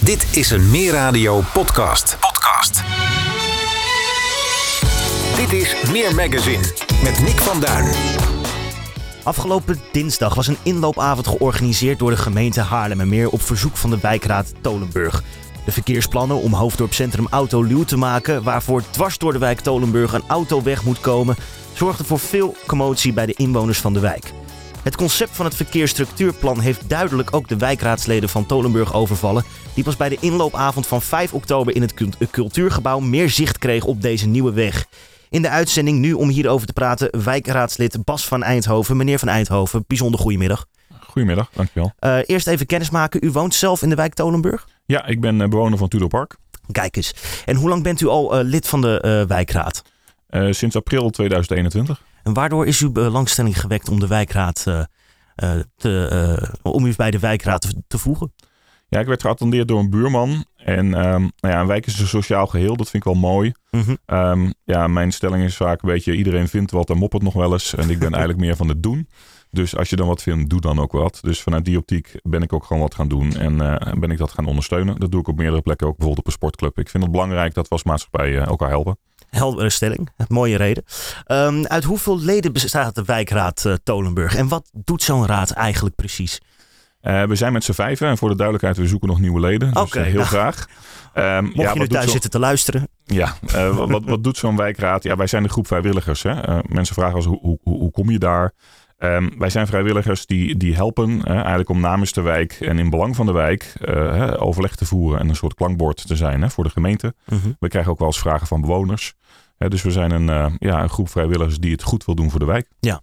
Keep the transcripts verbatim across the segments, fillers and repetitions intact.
Dit is een Meer Radio podcast. Podcast. Dit is Meer Magazine met Nick van Duin. Afgelopen dinsdag was een inloopavond georganiseerd door de gemeente Haarlemmermeer op verzoek van de wijkraad Tolenburg. De verkeersplannen om Hoofddorp Centrum autoluw te maken, waarvoor dwars door de wijk Tolenburg een autoweg moet komen, zorgden voor veel commotie bij de inwoners van de wijk. Het concept van het verkeersstructuurplan heeft duidelijk ook de wijkraadsleden van Tolenburg overvallen, die pas bij de inloopavond van vijf oktober in het cultuurgebouw meer zicht kregen op deze nieuwe weg. In de uitzending nu om hierover te praten wijkraadslid Bas van Eindhoven. Meneer van Eindhoven, bijzonder goedemiddag. Goedemiddag, dankjewel. Uh, eerst even kennismaken. U woont zelf in de wijk Tolenburg? Ja, ik ben bewoner van Tudor Park. Kijk eens. En hoe lang bent u al uh, lid van de uh, wijkraad? Uh, sinds april tweeduizend eenentwintig. En waardoor is uw belangstelling gewekt om de wijkraad uh, uh, te, uh, om u bij de wijkraad te, te voegen? Ja, ik werd geattendeerd door een buurman. En um, nou ja, een wijk is een sociaal geheel. Dat vind ik wel mooi. Mm-hmm. Um, ja, mijn stelling is vaak een beetje, iedereen vindt wat en moppert nog wel eens. En ik ben eigenlijk meer van het doen. Dus als je dan wat vindt, doe dan ook wat. Dus vanuit die optiek ben ik ook gewoon wat gaan doen. En uh, ben ik dat gaan ondersteunen. Dat doe ik op meerdere plekken, ook bijvoorbeeld op een sportclub. Ik vind het belangrijk dat we als maatschappij uh, elkaar helpen. Heldere stelling, mooie reden. Um, uit hoeveel leden bestaat de wijkraad uh, Tolenburg? En wat doet zo'n raad eigenlijk precies? Uh, we zijn met z'n vijven en voor de duidelijkheid, we zoeken nog nieuwe leden. Dus okay, uh, heel nou, graag. Um, mocht ja, je nu thuis zo... zitten te luisteren. Ja, uh, wat, wat, wat doet zo'n wijkraad? Ja, wij zijn de groep vrijwilligers. Hè? Uh, mensen vragen als hoe, hoe, hoe kom je daar? Um, wij zijn vrijwilligers die, die helpen uh, eigenlijk om namens de wijk en in belang van de wijk uh, overleg te voeren en een soort klankbord te zijn hè, voor de gemeente. Uh-huh. We krijgen ook wel eens vragen van bewoners. Uh, dus we zijn een, uh, ja, een groep vrijwilligers die het goed wil doen voor de wijk. Ja.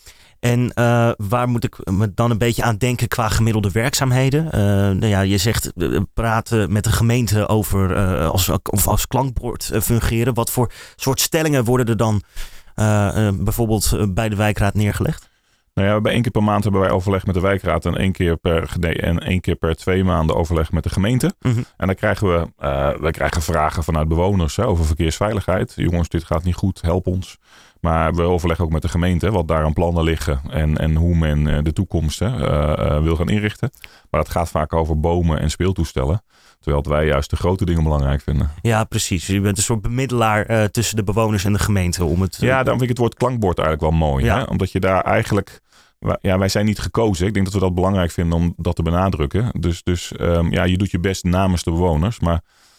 En uh, waar moet ik me dan een beetje aan denken qua gemiddelde werkzaamheden? Uh, nou ja, je zegt uh, praten met de gemeente over uh, als, of als klankbord uh, fungeren. Wat voor soort stellingen worden er dan uh, uh, bijvoorbeeld uh, bij de wijkraad neergelegd? Nou ja, bij één keer per maand hebben wij overleg met de wijkraad en één keer per, nee, en één keer per twee maanden overleg met de gemeente. Mm-hmm. En dan krijgen we, uh, wij krijgen vragen vanuit bewoners hè, over verkeersveiligheid. Jongens, dit gaat niet goed, help ons. Maar we overleggen ook met de gemeente wat daar aan plannen liggen en, en hoe men de toekomst hè, uh, uh, wil gaan inrichten. Maar dat gaat vaak over bomen en speeltoestellen. Terwijl wij juist de grote dingen belangrijk vinden. Ja, precies. Je bent een soort bemiddelaar uh, tussen de bewoners en de gemeente. Om het, uh... Ja, dan vind ik het woord klankbord eigenlijk wel mooi. Ja. Hè? Omdat je daar eigenlijk... Ja, wij zijn niet gekozen. Ik denk dat we dat belangrijk vinden om dat te benadrukken. Dus, dus um, ja, je doet je best namens de bewoners. Maar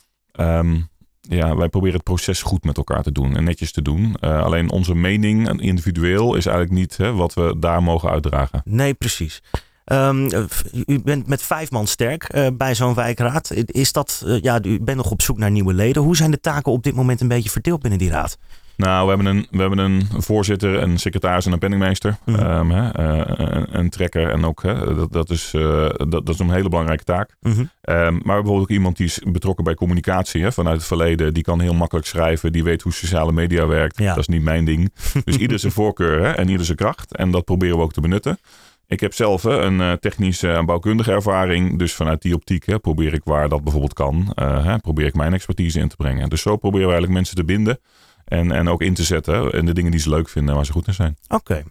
um, ja, wij proberen het proces goed met elkaar te doen en netjes te doen. Uh, alleen onze mening individueel is eigenlijk niet hè, wat we daar mogen uitdragen. Nee, precies. Um, u bent met vijf man sterk uh, bij zo'n wijkraad. Is dat, uh, ja, u bent nog op zoek naar nieuwe leden. Hoe zijn de taken op dit moment een beetje verdeeld binnen die raad? Nou, we hebben een, we hebben een voorzitter, een secretaris en een penningmeester. Mm-hmm. Um, hè, uh, een, een trekker en ook, hè, dat, dat, is, uh, dat, dat is een hele belangrijke taak. Mm-hmm. Um, maar bijvoorbeeld ook iemand die is betrokken bij communicatie hè, vanuit het verleden. Die kan heel makkelijk schrijven, die weet hoe sociale media werkt. Ja. Dat is niet mijn ding. Dus ieder zijn voorkeur hè, en ieder zijn kracht. En dat proberen we ook te benutten. Ik heb zelf hè, een uh, technische en bouwkundige ervaring. Dus vanuit die optiek hè, probeer ik waar dat bijvoorbeeld kan. Uh, hè, probeer ik mijn expertise in te brengen. Dus zo proberen we eigenlijk mensen te binden. En, en ook in te zetten in de dingen die ze leuk vinden en waar ze goed in zijn. Oké. Okay.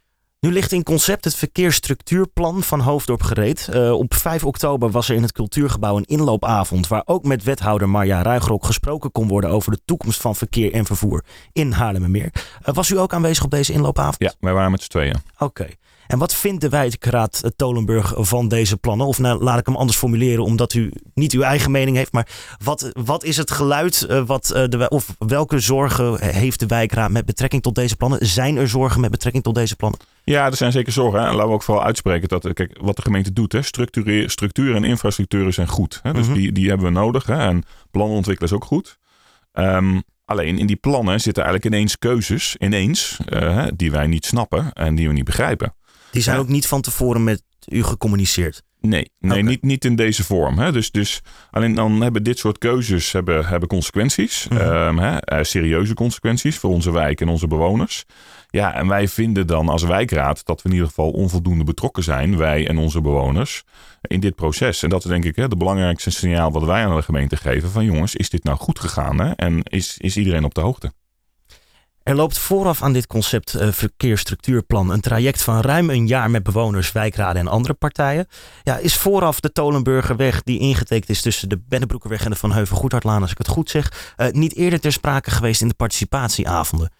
Nu ligt in concept het verkeersstructuurplan van Hoofddorp gereed. Uh, op vijf oktober was er in het cultuurgebouw een inloopavond waar ook met wethouder Marja Ruigrok gesproken kon worden over de toekomst van verkeer en vervoer in Haarlemmermeer. Uh, was u ook aanwezig op deze inloopavond? Ja, wij waren met z'n tweeën. Oké. Okay. En wat vindt de wijkraad Tolenburg van deze plannen? Of nou, laat ik hem anders formuleren, omdat u niet uw eigen mening heeft. Maar wat, wat is het geluid? Uh, wat, uh, de, of welke zorgen heeft de wijkraad met betrekking tot deze plannen? Zijn er zorgen met betrekking tot deze plannen? Ja, er zijn zeker zorgen. Hè? En laten we ook vooral uitspreken dat kijk, wat de gemeente doet. Hè? Structuur, structuur en infrastructuren zijn goed. Hè? Dus mm-hmm. die, die hebben we nodig. Hè? En plannen ontwikkelen is ook goed. Um, alleen in die plannen zitten eigenlijk ineens keuzes, ineens, uh, die wij niet snappen en die we niet begrijpen. Die zijn ja. ook niet van tevoren met u gecommuniceerd? Nee, nee okay. niet, niet in deze vorm. Hè. Dus, dus alleen dan hebben dit soort keuzes hebben, hebben consequenties. Mm-hmm. Um, hè, uh, serieuze consequenties voor onze wijk en onze bewoners. Ja, en wij vinden dan als wijkraad dat we in ieder geval onvoldoende betrokken zijn, wij en onze bewoners, in dit proces. En dat is denk ik hè, de belangrijkste signaal wat wij aan de gemeente geven. Van jongens, is dit nou goed gegaan? Hè? En is, is iedereen op de hoogte? Er loopt vooraf aan dit concept uh, verkeersstructuurplan een traject van ruim een jaar met bewoners, wijkraden en andere partijen. Ja, is vooraf de Tolenburgerweg, die ingetekend is tussen de Bennebroekerweg en de Van Heuvel-Goedhartlaan, als ik het goed zeg, uh, niet eerder ter sprake geweest in de participatieavonden?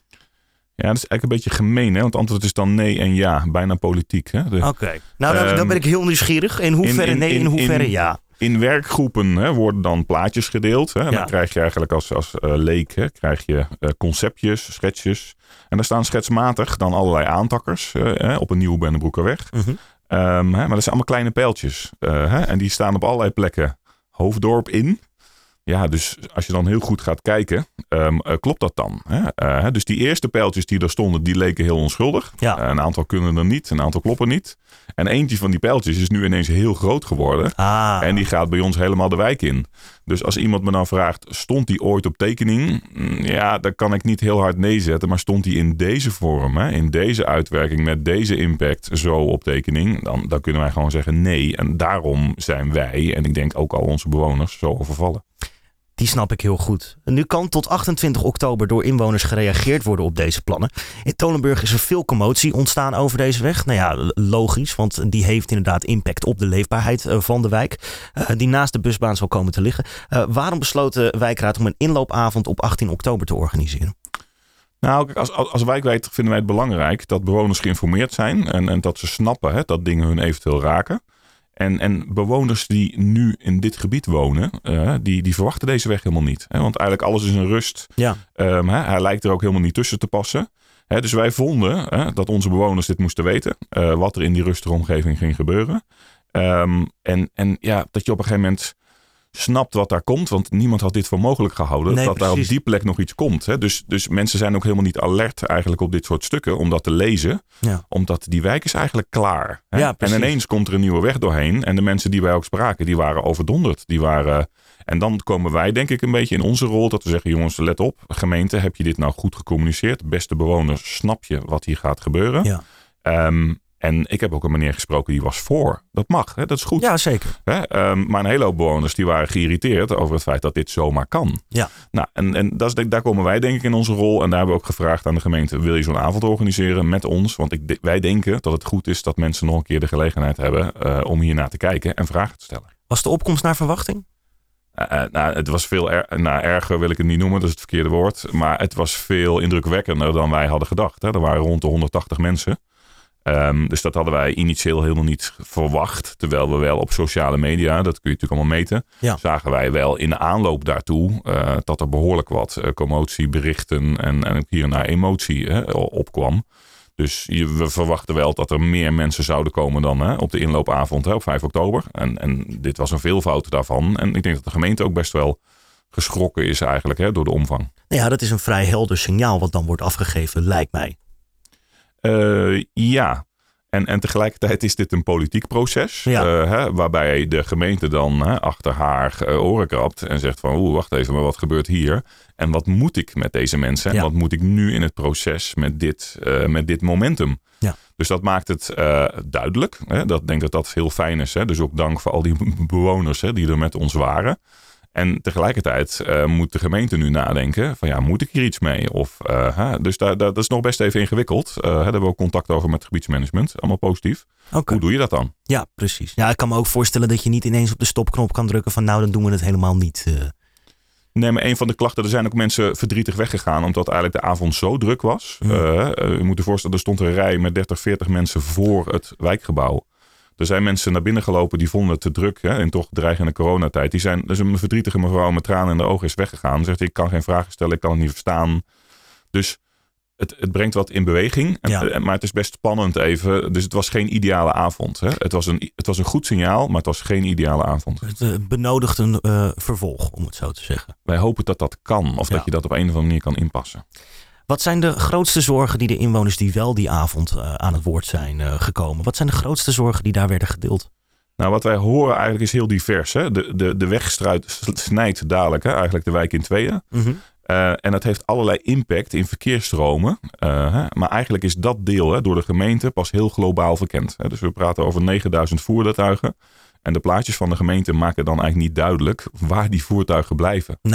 Ja, dat is eigenlijk een beetje gemeen, hè? Want het antwoord is dan nee en ja. Bijna politiek. Oké, okay. nou dan, um, dan ben ik heel nieuwsgierig. In hoeverre in, in, nee, in, in hoeverre in, ja? In werkgroepen hè, worden dan plaatjes gedeeld. Hè? En ja. Dan krijg je eigenlijk als, als uh, leek hè, krijg je uh, conceptjes, schetsjes. En daar staan schetsmatig dan allerlei aantakkers uh, hè, op een nieuwe Bennebroekerweg. Uh-huh. Um, hè, maar dat zijn allemaal kleine pijltjes. Uh, hè? En die staan op allerlei plekken Hoofddorp in. Ja, dus als je dan heel goed gaat kijken, um, uh, klopt dat dan? Hè? Uh, dus die eerste pijltjes die er stonden, die leken heel onschuldig. Ja. Uh, een aantal kunnen er niet, een aantal kloppen niet. En eentje van die pijltjes is nu ineens heel groot geworden. Ah. En die gaat bij ons helemaal de wijk in. Dus als iemand me dan vraagt, stond die ooit op tekening? Ja, dan kan ik niet heel hard nee zetten. Maar stond die in deze vorm, hè, in deze uitwerking, met deze impact zo op tekening? Dan, dan kunnen wij gewoon zeggen nee. En daarom zijn wij, en ik denk ook al onze bewoners, zo overvallen. Die snap ik heel goed. Nu kan tot achtentwintig oktober door inwoners gereageerd worden op deze plannen. In Tolenburg is er veel commotie ontstaan over deze weg. Nou ja, logisch, want die heeft inderdaad impact op de leefbaarheid van de wijk. Uh, die naast de busbaan zal komen te liggen. Uh, waarom besloot de wijkraad om een inloopavond op achttien oktober te organiseren? Nou, als, als wijkwijd vinden wij het belangrijk dat bewoners geïnformeerd zijn. En, en dat ze snappen hè, dat dingen hun eventueel raken. En, en bewoners die nu in dit gebied wonen, uh, die, die verwachten deze weg helemaal niet. Hè? Want eigenlijk alles is een rust. Ja. Um, hè? Hij lijkt er ook helemaal niet tussen te passen. Hè? Dus wij vonden hè, dat onze bewoners dit moesten weten. Uh, wat er in die rustige omgeving ging gebeuren. Um, en, en ja, dat je op een gegeven moment snapt wat daar komt. Want niemand had dit voor mogelijk gehouden. Nee, dat precies. Daar op die plek nog iets komt. Hè? Dus, dus mensen zijn ook helemaal niet alert eigenlijk op dit soort stukken. Om dat te lezen. Ja. Omdat die wijk is eigenlijk klaar. Hè? Ja, en ineens komt er een nieuwe weg doorheen. En de mensen die wij ook spraken, die waren overdonderd. Die waren... En dan komen wij denk ik een beetje in onze rol. Dat we zeggen, jongens, let op. Gemeente, heb je dit nou goed gecommuniceerd? Beste bewoners, snap je wat hier gaat gebeuren? Ja. Um, En ik heb ook een meneer gesproken die was voor. Dat mag, hè? Dat is goed. Ja, zeker. Hè? Um, maar een hele hoop bewoners die waren geïrriteerd over het feit dat dit zomaar kan. Ja. Nou, en, en dat is, daar komen wij denk ik in onze rol. En daar hebben we ook gevraagd aan de gemeente, wil je zo'n avond organiseren met ons? Want ik, wij denken dat het goed is dat mensen nog een keer de gelegenheid hebben uh, om hiernaar te kijken en vragen te stellen. Was de opkomst naar verwachting? Uh, nou, het was veel er, nou, erger, wil ik het niet noemen, dat is het verkeerde woord. Maar het was veel indrukwekkender dan wij hadden gedacht. Hè? Er waren rond de honderdtachtig mensen. Um, dus dat hadden wij initieel helemaal niet verwacht. Terwijl we wel op sociale media, dat kun je natuurlijk allemaal meten, ja. zagen wij wel in de aanloop daartoe uh, dat er behoorlijk wat uh, commotie, berichten en, en hier en daar emotie hè, opkwam. Dus je, we verwachten wel dat er meer mensen zouden komen dan hè, op de inloopavond hè, op vijf oktober. En, en dit was een veelvoud daarvan. En ik denk dat de gemeente ook best wel geschrokken is eigenlijk hè, door de omvang. Ja, dat is een vrij helder signaal wat dan wordt afgegeven, lijkt mij. Uh, ja, en, en tegelijkertijd is dit een politiek proces. Ja. Uh, hè, waarbij de gemeente dan hè, achter haar uh, oren krabt en zegt van oeh, wacht even, maar wat gebeurt hier? En wat moet ik met deze mensen? En ja. wat moet ik nu in het proces met dit, uh, met dit momentum? Ja. Dus dat maakt het uh, duidelijk. Hè? Dat, ik denk dat dat heel fijn is. Hè? Dus ook dank voor al die bewoners hè, die er met ons waren. En tegelijkertijd uh, moet de gemeente nu nadenken van ja, moet ik hier iets mee? Of, uh, hè? Dus daar, daar, dat is nog best even ingewikkeld. Uh, daar hebben we ook contact over met het gebiedsmanagement. Allemaal positief. Okay. Hoe doe je dat dan? Ja, precies. Ja, ik kan me ook voorstellen dat je niet ineens op de stopknop kan drukken van nou, dan doen we het helemaal niet. Uh... Nee, maar een van de klachten, er zijn ook mensen verdrietig weggegaan omdat eigenlijk de avond zo druk was. Hmm. Uh, uh, je moet je voorstellen, er stond een rij met dertig, veertig mensen voor het wijkgebouw. Er zijn mensen naar binnen gelopen die vonden het te druk hè, in toch dreigende coronatijd. Die zijn, dus een verdrietige mevrouw met tranen in de ogen is weggegaan. Zegt, ik kan geen vragen stellen, ik kan het niet verstaan. Dus het, het brengt wat in beweging. En, ja. Maar het is best spannend even. Dus het was geen ideale avond. Hè. Het, was een, het was een goed signaal, maar het was geen ideale avond. Het benodigt een uh, vervolg, om het zo te zeggen. Wij hopen dat dat kan. Of ja. dat je dat op een of andere manier kan inpassen. Wat zijn de grootste zorgen die de inwoners die wel die avond uh, aan het woord zijn uh, gekomen? Wat zijn de grootste zorgen die daar werden gedeeld? Nou, wat wij horen eigenlijk is heel divers. Hè? De, de, de weg snijdt dadelijk hè? eigenlijk de wijk in tweeën. Mm-hmm. Uh, en dat heeft allerlei impact in verkeersstromen. Uh, hè? Maar eigenlijk is dat deel hè, door de gemeente pas heel globaal verkend. Hè? Dus we praten over negenduizend voertuigen. En de plaatjes van de gemeente maken dan eigenlijk niet duidelijk waar die voertuigen blijven. Nee.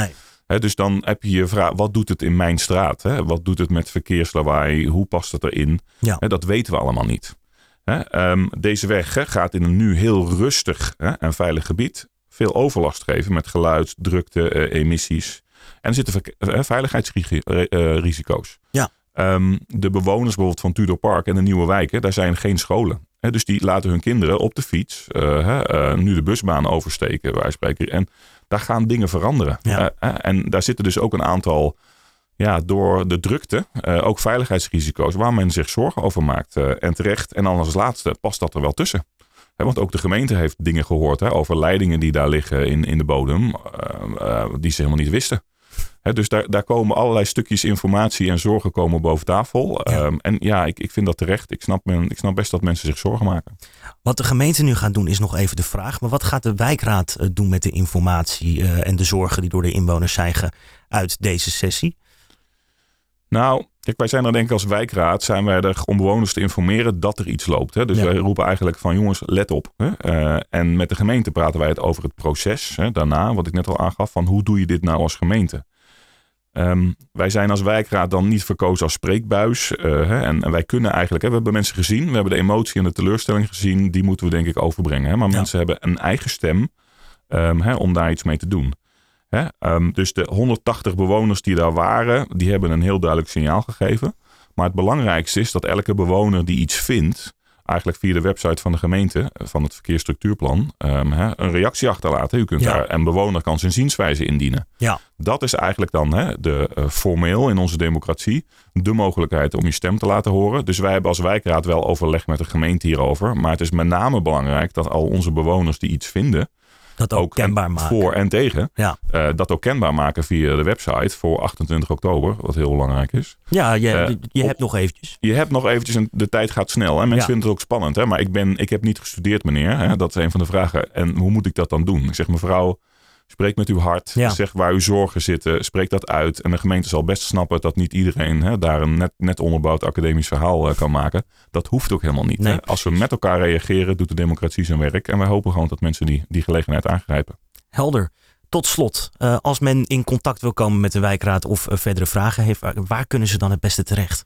He, dus dan heb je je vraag, wat doet het in mijn straat? Hè? Wat doet het met verkeerslawaai? Hoe past het erin? Ja. He, dat weten we allemaal niet. He, um, deze weg he, gaat in een nu heel rustig he, en veilig gebied veel overlast geven met geluid, drukte, uh, emissies. En er zitten verke- uh, veiligheidsrisico's. Ja. Um, de bewoners bijvoorbeeld van Tudor Park en de nieuwe wijken, daar zijn geen scholen. He, dus die laten hun kinderen op de fiets uh, uh, nu de busbaan oversteken, wij spreken. En daar gaan dingen veranderen. Ja. Uh, uh, en daar zitten dus ook een aantal, ja, door de drukte, uh, ook veiligheidsrisico's waar men zich zorgen over maakt. Uh, en terecht. En dan als laatste past dat er wel tussen. He, want ook de gemeente heeft dingen gehoord he, over leidingen die daar liggen in, in de bodem, uh, uh, die ze helemaal niet wisten. He, dus daar, daar komen allerlei stukjes informatie en zorgen komen boven tafel. Ja. Um, en ja, ik, ik vind dat terecht. Ik snap, men, ik snap best dat mensen zich zorgen maken. Wat de gemeente nu gaat doen is nog even de vraag. Maar wat gaat de wijkraad doen met de informatie uh, en de zorgen die door de inwoners zijn uit deze sessie? Nou, kijk, wij zijn er denk ik als wijkraad, zijn wij er om bewoners te informeren dat er iets loopt. Hè? Dus ja. wij roepen eigenlijk van jongens, let op. Hè? Uh, en met de gemeente praten wij het over het proces. Hè? Daarna, wat ik net al aangaf, van hoe doe je dit nou als gemeente? Um, wij zijn als wijkraad dan niet verkozen als spreekbuis. Uh, hè? En, en wij kunnen eigenlijk, hè, we hebben mensen gezien, we hebben de emotie en de teleurstelling gezien. Die moeten we denk ik overbrengen. Hè? Maar ja. mensen hebben een eigen stem um, hè, om daar iets mee te doen. Hè? Um, dus de honderdtachtig bewoners die daar waren, die hebben een heel duidelijk signaal gegeven. Maar het belangrijkste is dat elke bewoner die iets vindt, eigenlijk via de website van de gemeente, van het verkeersstructuurplan, um, hè, een reactie achterlaten. U kunt ja. daar, een bewoner kan zijn zienswijze indienen. Ja. Dat is eigenlijk dan hè, de uh, formeel in onze democratie de mogelijkheid om je stem te laten horen. Dus wij hebben als wijkraad wel overleg met de gemeente hierover. Maar het is met name belangrijk dat al onze bewoners die iets vinden, dat ook, ook kenbaar en, maken. Voor en tegen. Ja. Uh, dat ook kenbaar maken via de website voor achtentwintig oktober. Wat heel belangrijk is. Ja, je, uh, je op, hebt nog eventjes. Je hebt nog eventjes en de tijd gaat snel. Hè? Mensen ja. vinden het ook spannend. Hè? Maar ik, ben, ik heb niet gestudeerd, meneer. Hè? Dat is een van de vragen. En hoe moet ik dat dan doen? Ik zeg, mevrouw, spreek met uw hart. Ja. Zeg waar uw zorgen zitten. Spreek dat uit. En de gemeente zal best snappen dat niet iedereen hè, daar een net, net onderbouwd academisch verhaal uh, kan maken. Dat hoeft ook helemaal niet. Nee. Hè? Als we met elkaar reageren, doet de democratie zijn werk. En wij hopen gewoon dat mensen die, die gelegenheid aangrijpen. Helder. Tot slot, uh, als men in contact wil komen met de wijkraad of uh, verdere vragen heeft, waar kunnen ze dan het beste terecht?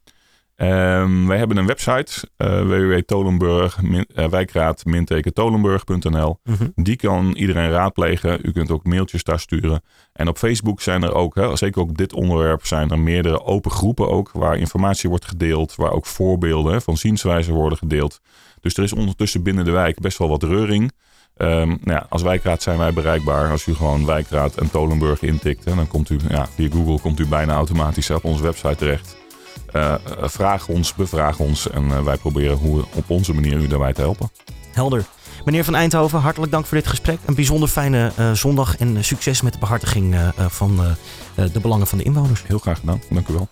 Um, wij hebben een website, uh, w w w punt tolenburg, min, uh, wijkraad minteken tolenburg punt n l. Mm-hmm. Die kan iedereen raadplegen. U kunt ook mailtjes daar sturen. En op Facebook zijn er ook, hè, zeker ook op dit onderwerp, zijn er meerdere open groepen ook, waar informatie wordt gedeeld, waar ook voorbeelden hè, van zienswijzen worden gedeeld. Dus er is ondertussen binnen de wijk best wel wat reuring. Um, nou ja, als wijkraad zijn wij bereikbaar. Als u gewoon wijkraad en Tolenburg intikt, hè, dan komt u ja, via Google komt u bijna automatisch op onze website terecht. Uh, uh, vraag ons, bevraag ons en uh, wij proberen hoe op onze manier u daarbij te helpen. Helder. Meneer Van Eindhoven, hartelijk dank voor dit gesprek. Een bijzonder fijne uh, zondag en succes met de behartiging uh, van uh, uh, de belangen van de inwoners. Heel graag gedaan. Dank u wel.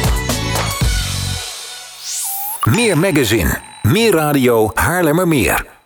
Meer magazine, meer radio, Haarlemmermeer.